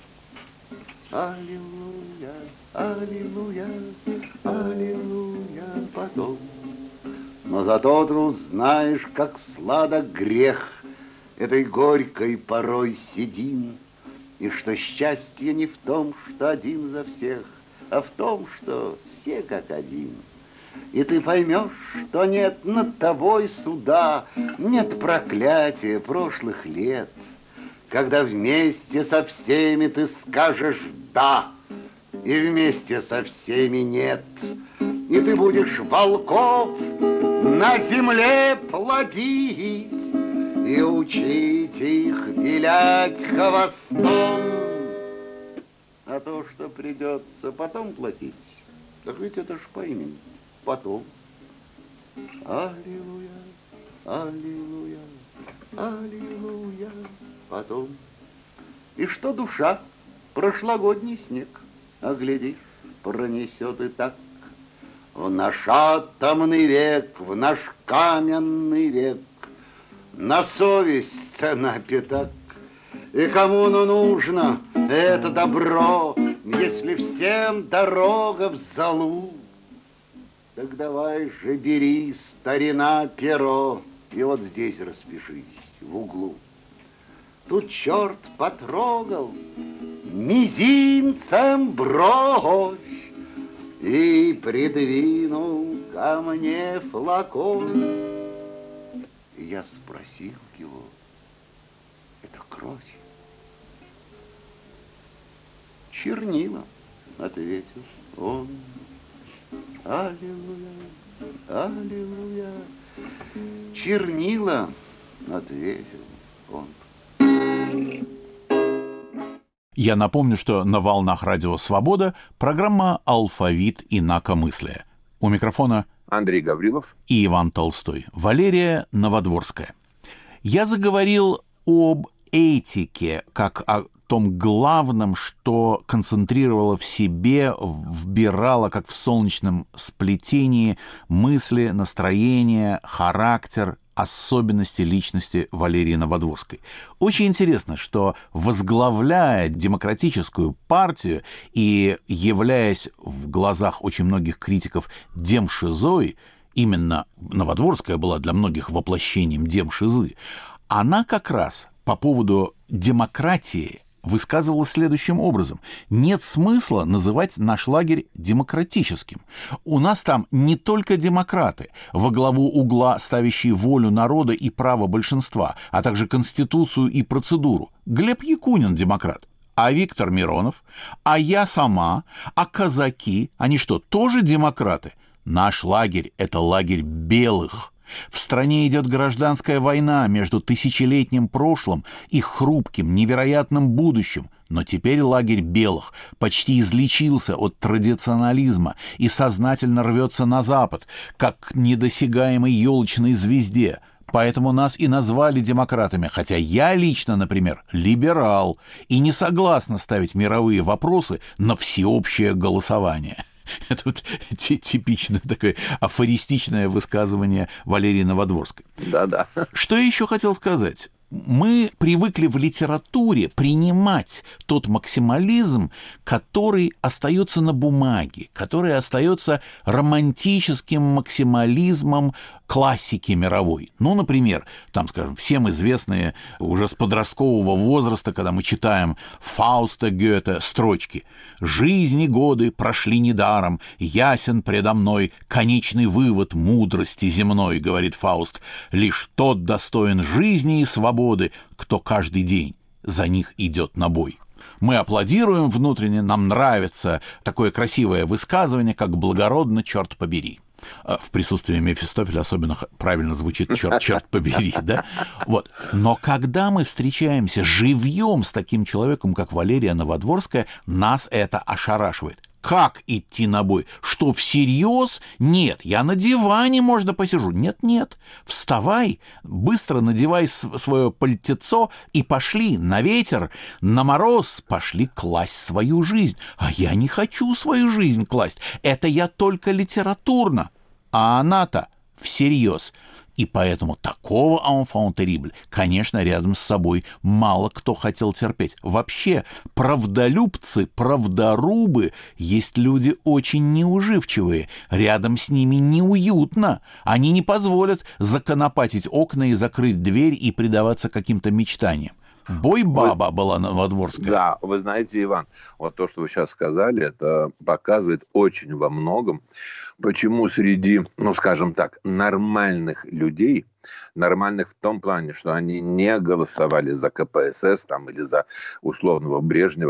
Аллилуйя, аллилуйя, аллилуйя потом. Но зато ты узнаешь, как сладок грех этой горькой порой седин, и что счастье не в том, что один за всех, а в том, что все как один. И ты поймешь, что нет над тобой суда, нет проклятия прошлых лет, когда вместе со всеми ты скажешь «да», и вместе со всеми «нет». и ты будешь волков на земле плодить и учить их вилять хвостом. А то, что придется потом платить, так ведь это ж по имени потом. Аллилуйя, аллилуйя, аллилуйя, потом. И что душа, прошлогодний снег, а глядишь, пронесет и так. В наш атомный век, в наш каменный век, на совесть цена пятак. И кому оно нужно, это добро, если всем дорога в залу? Так давай же бери, старина, перо, и вот здесь распишись, в углу. Тут черт потрогал мизинцем бровь и придвинул ко мне флакон. И я спросил его, это кровь? Чернила, ответил он. Аллилуйя, аллилуйя. Чернила, ответил он. Я напомню, что на волнах Радио Свобода программа «Алфавит инакомыслия». У микрофона Андрей Гаврилов и Иван Толстой. Валерия Новодворская. Я заговорил об этике, как о том главном, что концентрировало в себе, вбирало, как в солнечном сплетении, мысли, настроение, характер, особенности личности Валерии Новодворской. Очень интересно, что, возглавляя демократическую партию и являясь в глазах очень многих критиков демшизой, именно Новодворская была для многих воплощением демшизы, она как раз по поводу демократии высказывалась следующим образом. Нет смысла называть наш лагерь демократическим. У нас там не только демократы, во главу угла ставящие волю народа и право большинства, а также конституцию и процедуру. Глеб Якунин демократ. А Виктор Миронов? А я сама? А казаки? Они что, тоже демократы? Наш лагерь – это лагерь белых. В стране идет гражданская война между тысячелетним прошлым и хрупким, невероятным будущим. Но теперь лагерь белых почти излечился от традиционализма и сознательно рвется на запад, как к недосягаемой елочной звезде. Поэтому нас и назвали демократами, хотя я лично, например, либерал и не согласна ставить мировые вопросы на всеобщее голосование. Это вот типичное такое афористичное высказывание Валерии Новодворской. Да-да. Что я еще хотел сказать? Мы привыкли в литературе принимать тот максимализм, который остается на бумаге, который остается романтическим максимализмом классики мировой. Ну, например, там, скажем, всем известные уже с подросткового возраста, когда мы читаем Фауста Гёте строчки: «Жизни годы прошли недаром, ясен предо мной конечный вывод мудрости земной», говорит Фауст, «лишь тот достоин жизни и свободы, кто каждый день за них идет на бой». Мы аплодируем внутренне, нам нравится такое красивое высказывание, как «благородно, черт побери». В присутствии Мефистофеля особенно правильно звучит «черт, черт побери», да? Вот. Но когда мы встречаемся живьем с таким человеком, как Валерия Новодворская, нас это ошарашивает. Как идти на бой? Что, всерьез? Нет, я на диване, можно, посижу. Нет-нет, вставай, быстро надевай свое пальтецо и пошли на ветер, на мороз, пошли класть свою жизнь. А я не хочу свою жизнь класть, это я только литературно, а она-то всерьез. И поэтому такого enfant terrible, конечно, рядом с собой мало кто хотел терпеть. Вообще, правдолюбцы, правдорубы есть люди очень неуживчивые. Рядом с ними неуютно. Они не позволят законопатить окна и закрыть дверь и предаваться каким-то мечтаниям. Бой-баба вы... была Новодворская. Да, вы знаете, Иван, вот то, что вы сейчас сказали, это показывает очень во многом, почему среди, ну, скажем так, нормальных людей, нормальных в том плане, что они не голосовали за ка пэ эс эс там, или за условного Брежнева,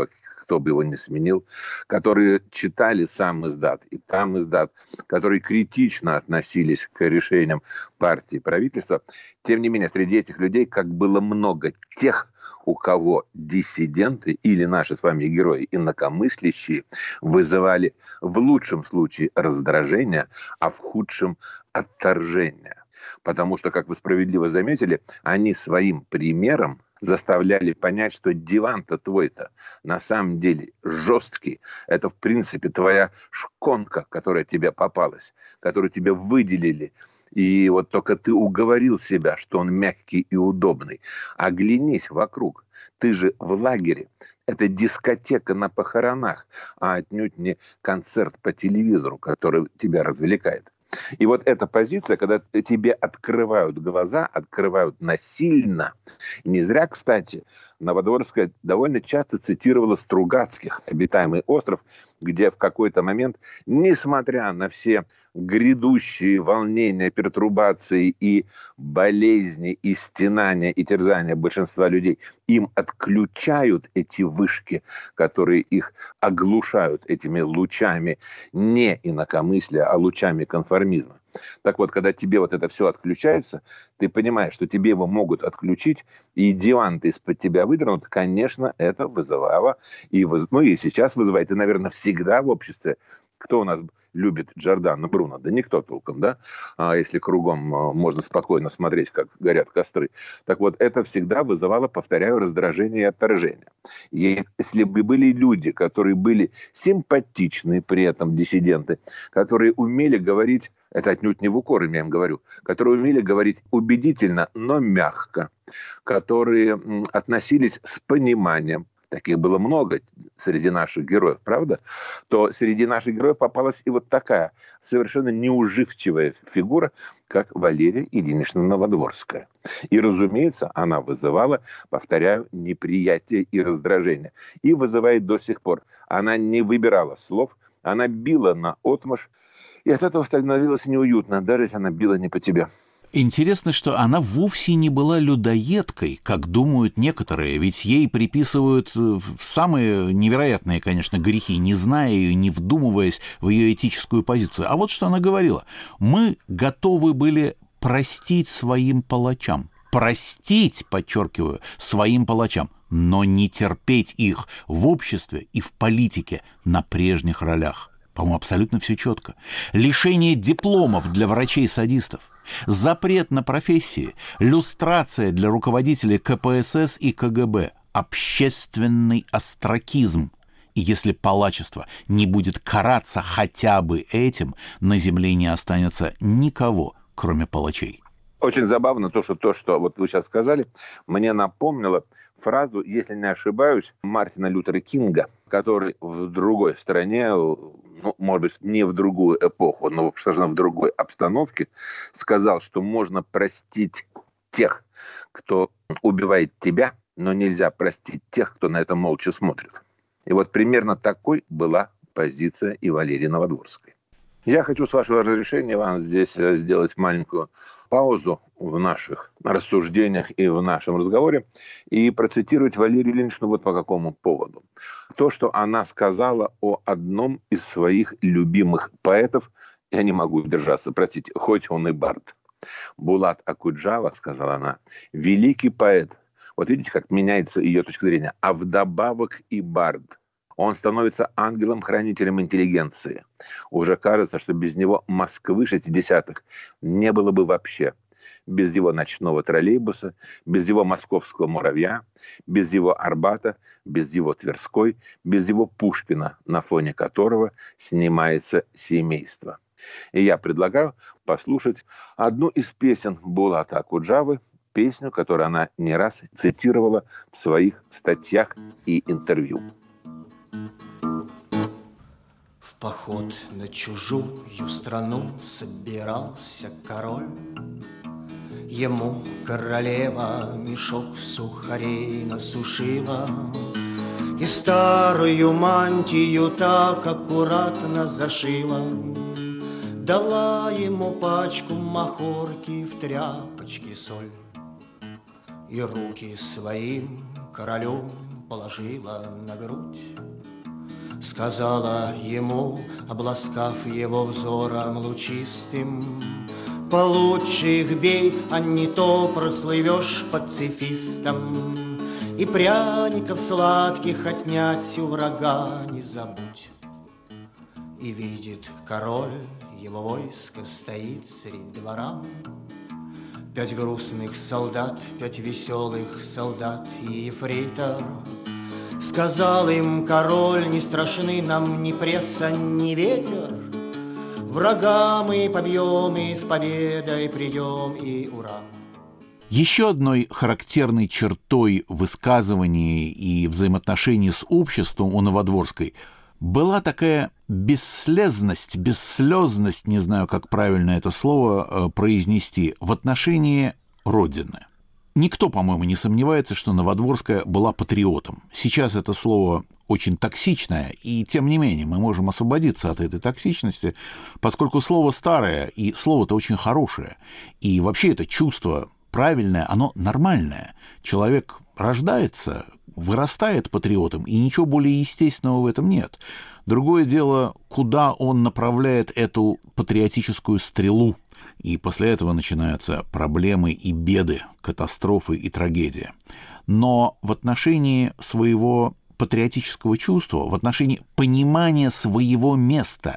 кто бы его ни сменил, которые читали сам издат и там издат, которые критично относились к решениям партии и правительства. Тем не менее, среди этих людей как было много тех, у кого диссиденты или наши с вами герои, инакомыслящие, вызывали в лучшем случае раздражение, а в худшем отторжение. Потому что, как вы справедливо заметили, они своим примером заставляли понять, что диван-то твой-то на самом деле жесткий. Это, в принципе, твоя шконка, которая тебе попалась, которую тебе выделили. И вот только ты уговорил себя, что он мягкий и удобный. Оглянись вокруг. Ты же в лагере. Это дискотека на похоронах, а отнюдь не концерт по телевизору, который тебя развлекает. И вот эта позиция, когда тебе открывают глаза, открывают насильно. Не зря, кстати, Новодворская довольно часто цитировала Стругацких «Обитаемый остров», где в какой-то момент, несмотря на все грядущие волнения, пертурбации и болезни, и стенания, и терзания большинства людей, им отключают эти вышки, которые их оглушают этими лучами не инакомыслия, а лучами конформизма. Так вот, когда тебе вот это все отключается, ты понимаешь, что тебе его могут отключить, и диван-то из-под тебя выдернут, конечно, это вызывало, и, ну, и сейчас вызывает, и, наверное, всегда в обществе. Кто у нас любит Джордано Бруно? Да никто толком, да? А если кругом можно спокойно смотреть, как горят костры. Так вот, это всегда вызывало, повторяю, раздражение и отторжение. И если бы были люди, которые были симпатичны при этом, диссиденты, которые умели говорить, это отнюдь не в укор, я им говорю, которые умели говорить убедительно, но мягко, которые относились с пониманием, таких было много среди наших героев, правда? То среди наших героев попалась и вот такая совершенно неуживчивая фигура, как Валерия Ильинична Новодворская. И, разумеется, она вызывала, повторяю, неприятие и раздражение. И вызывает до сих пор. Она не выбирала слов, она била наотмашь, и от этого становилось неуютно, даже если она била не по тебе. Интересно, что она вовсе не была людоедкой, как думают некоторые, ведь ей приписывают самые невероятные, конечно, грехи, не зная ее, не вдумываясь в ее этическую позицию. А вот что она говорила. «Мы готовы были простить своим палачам». Простить, подчеркиваю, своим палачам, но не терпеть их в обществе и в политике на прежних ролях. По-моему, абсолютно все четко. Лишение дипломов для врачей-садистов, запрет на профессии, люстрация для руководителей ка пэ эс эс и ка гэ бэ, общественный остракизм. И если палачество не будет караться хотя бы этим, на земле не останется никого, кроме палачей. Очень забавно то, что то, что вот вы сейчас сказали, мне напомнило фразу, если не ошибаюсь, Мартина Лютера Кинга, который в другой стране, ну, может быть, не в другую эпоху, но совершенно в другой обстановке, сказал, что можно простить тех, кто убивает тебя, но нельзя простить тех, кто на это молча смотрит. И вот примерно такой была позиция и Валерии Новодворской. Я хочу, с вашего разрешения, вам здесь сделать маленькую паузу в наших рассуждениях и в нашем разговоре и процитировать Валерию Ильиничну вот по какому поводу. То, что она сказала о одном из своих любимых поэтов, я не могу удержаться, простите, хоть он и бард. Булат Акуджава, сказала она, великий поэт. Вот видите, как меняется ее точка зрения. А вдобавок и бард. Он становится ангелом-хранителем интеллигенции. Уже кажется, что без него Москвы шестидесятых не было бы вообще. Без его ночного троллейбуса, без его московского муравья, без его Арбата, без его Тверской, без его Пушкина, на фоне которого снимается семейство. И я предлагаю послушать одну из песен Булата Акуджавы, песню, которую она не раз цитировала в своих статьях и интервью. В поход на чужую страну собирался король. Ему королева мешок сухарей насушила и старую мантию так аккуратно зашила. Дала ему пачку махорки, в тряпочке соль и руки своим королем положила на грудь. сказала ему, обласкав его взором лучистым: получше их бей, а не то прослывешь пацифистом, и пряников сладких отнять у врага не забудь. И видит король, его войско стоит средь двора, пять грустных солдат, пять веселых солдат и ефрейтор. Сказал им король: не страшны нам ни пресса, ни ветер, врага мы побьем, и с победой придем, и ура. Еще одной характерной чертой высказываний и взаимоотношений с обществом у Новодворской была такая бесслезность, бесслезность, не знаю, как правильно это слово произнести, в отношении Родины. Никто, по-моему, не сомневается, что Новодворская была патриотом. Сейчас это слово очень токсичное, и тем не менее мы можем освободиться от этой токсичности, поскольку слово старое, и слово-то очень хорошее. И вообще это чувство правильное, оно нормальное. Человек рождается, вырастает патриотом, и ничего более естественного в этом нет. Другое дело, куда он направляет эту патриотическую стрелу. И после этого начинаются проблемы и беды, катастрофы и трагедии. Но в отношении своего патриотического чувства, в отношении понимания своего места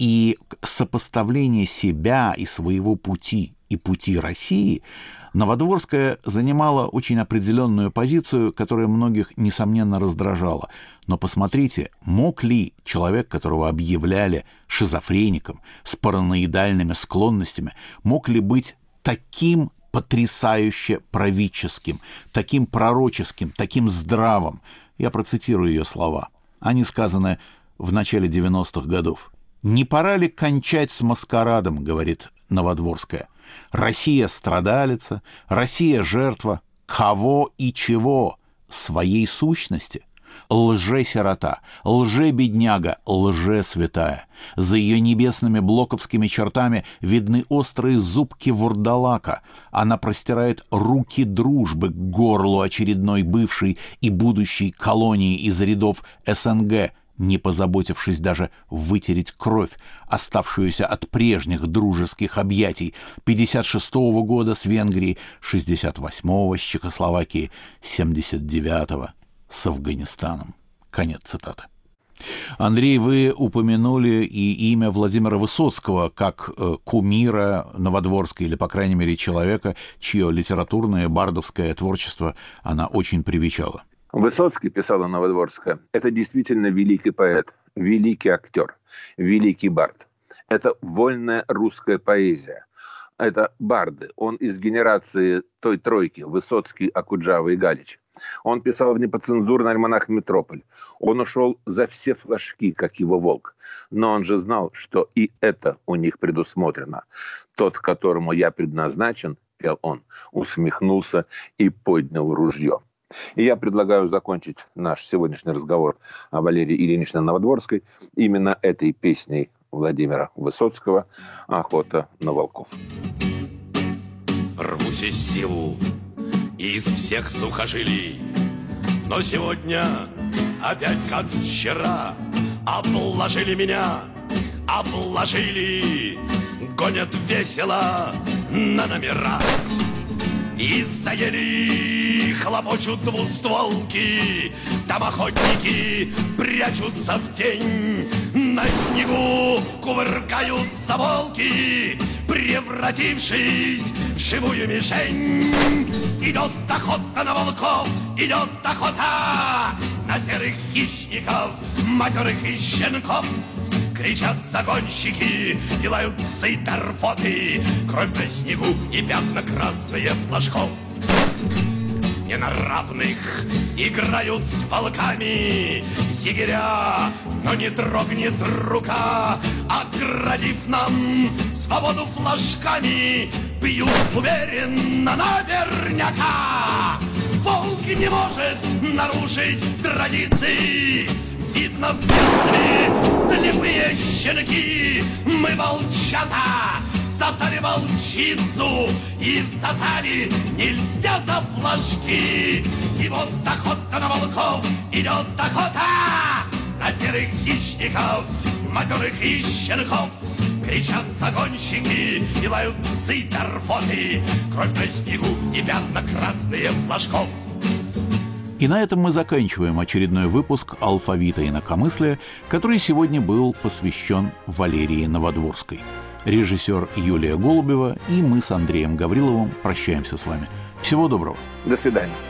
и сопоставления себя и своего пути и пути России, Новодворская занимала очень определенную позицию, которая многих, несомненно, раздражала. Но посмотрите, мог ли человек, которого объявляли шизофреником, с параноидальными склонностями, мог ли быть таким потрясающе правительским, таким пророческим, таким здравым? Я процитирую ее слова. Они сказаны в начале девяностых годов. «Не пора ли кончать с маскарадом, — говорит Новодворская. Россия страдалица, Россия жертва. Кого и чего? Своей сущности. Лже-сирота, лже-бедняга, лже-святая. За ее небесными блоковскими чертами видны острые зубки вурдалака. Она простирает руки дружбы к горлу очередной бывшей и будущей колонии из рядов СНГ, не позаботившись даже вытереть кровь, оставшуюся от прежних дружеских объятий пятьдесят шестого года с Венгрией, шестьдесят восьмого с Чехословакией, семьдесят девятого с Афганистаном». Конец цитаты. Андрей, вы упомянули и имя Владимира Высоцкого как кумира Новодворской, или, по крайней мере, человека, чье литературное, бардовское творчество она очень привечала. Высоцкий, писала Новодворская, это действительно великий поэт, великий актер, великий бард. Это вольная русская поэзия. Это барды. Он из генерации той тройки: Высоцкий, Окуджава и Галич. Он писал в непоцензурный альманах «Метрополь». Он ушел за все флажки, как его волк. Но он же знал, что и это у них предусмотрено. Тот, которому я предназначен, пел он, усмехнулся и поднял ружье. И я предлагаю закончить наш сегодняшний разговор о Валерии Ильиничне Новодворской именно этой песней Владимира Высоцкого «Охота на волков». Рвусь из силу из всех сухожилий, но сегодня опять как вчера обложили меня, обложили, гонят весело на номера. И заели хлопочут двустволки, там охотники прячутся в тень. На снегу кувыркаются волки, превратившись в живую мишень. Идет охота на волков, идет охота на серых хищников, матерых и щенков. Кричат загонщики, делают псы торфоты, кровь на снегу и пятна красные флажков. Не на равных играют с волками егеря, но не дрогнет рука, оградив нам свободу флажками, бьют уверенно наверняка. Волк не может нарушить традиции. Видно в детстве слепые щенки. Мы, волчата, сосали волчицу и всосали нельзя за флажки. И вот охота на волков, идет охота на а серых хищников, матерых и щенков. Кричат загонщики и лают псы торфоты, кровь на снегу и пятна красные флажков. И на этом мы заканчиваем очередной выпуск «Алфавита инакомыслия», который сегодня был посвящен Валерии Новодворской. Режиссер Юлия Голубева и мы с Андреем Гавриловым прощаемся с вами. Всего доброго. До свидания.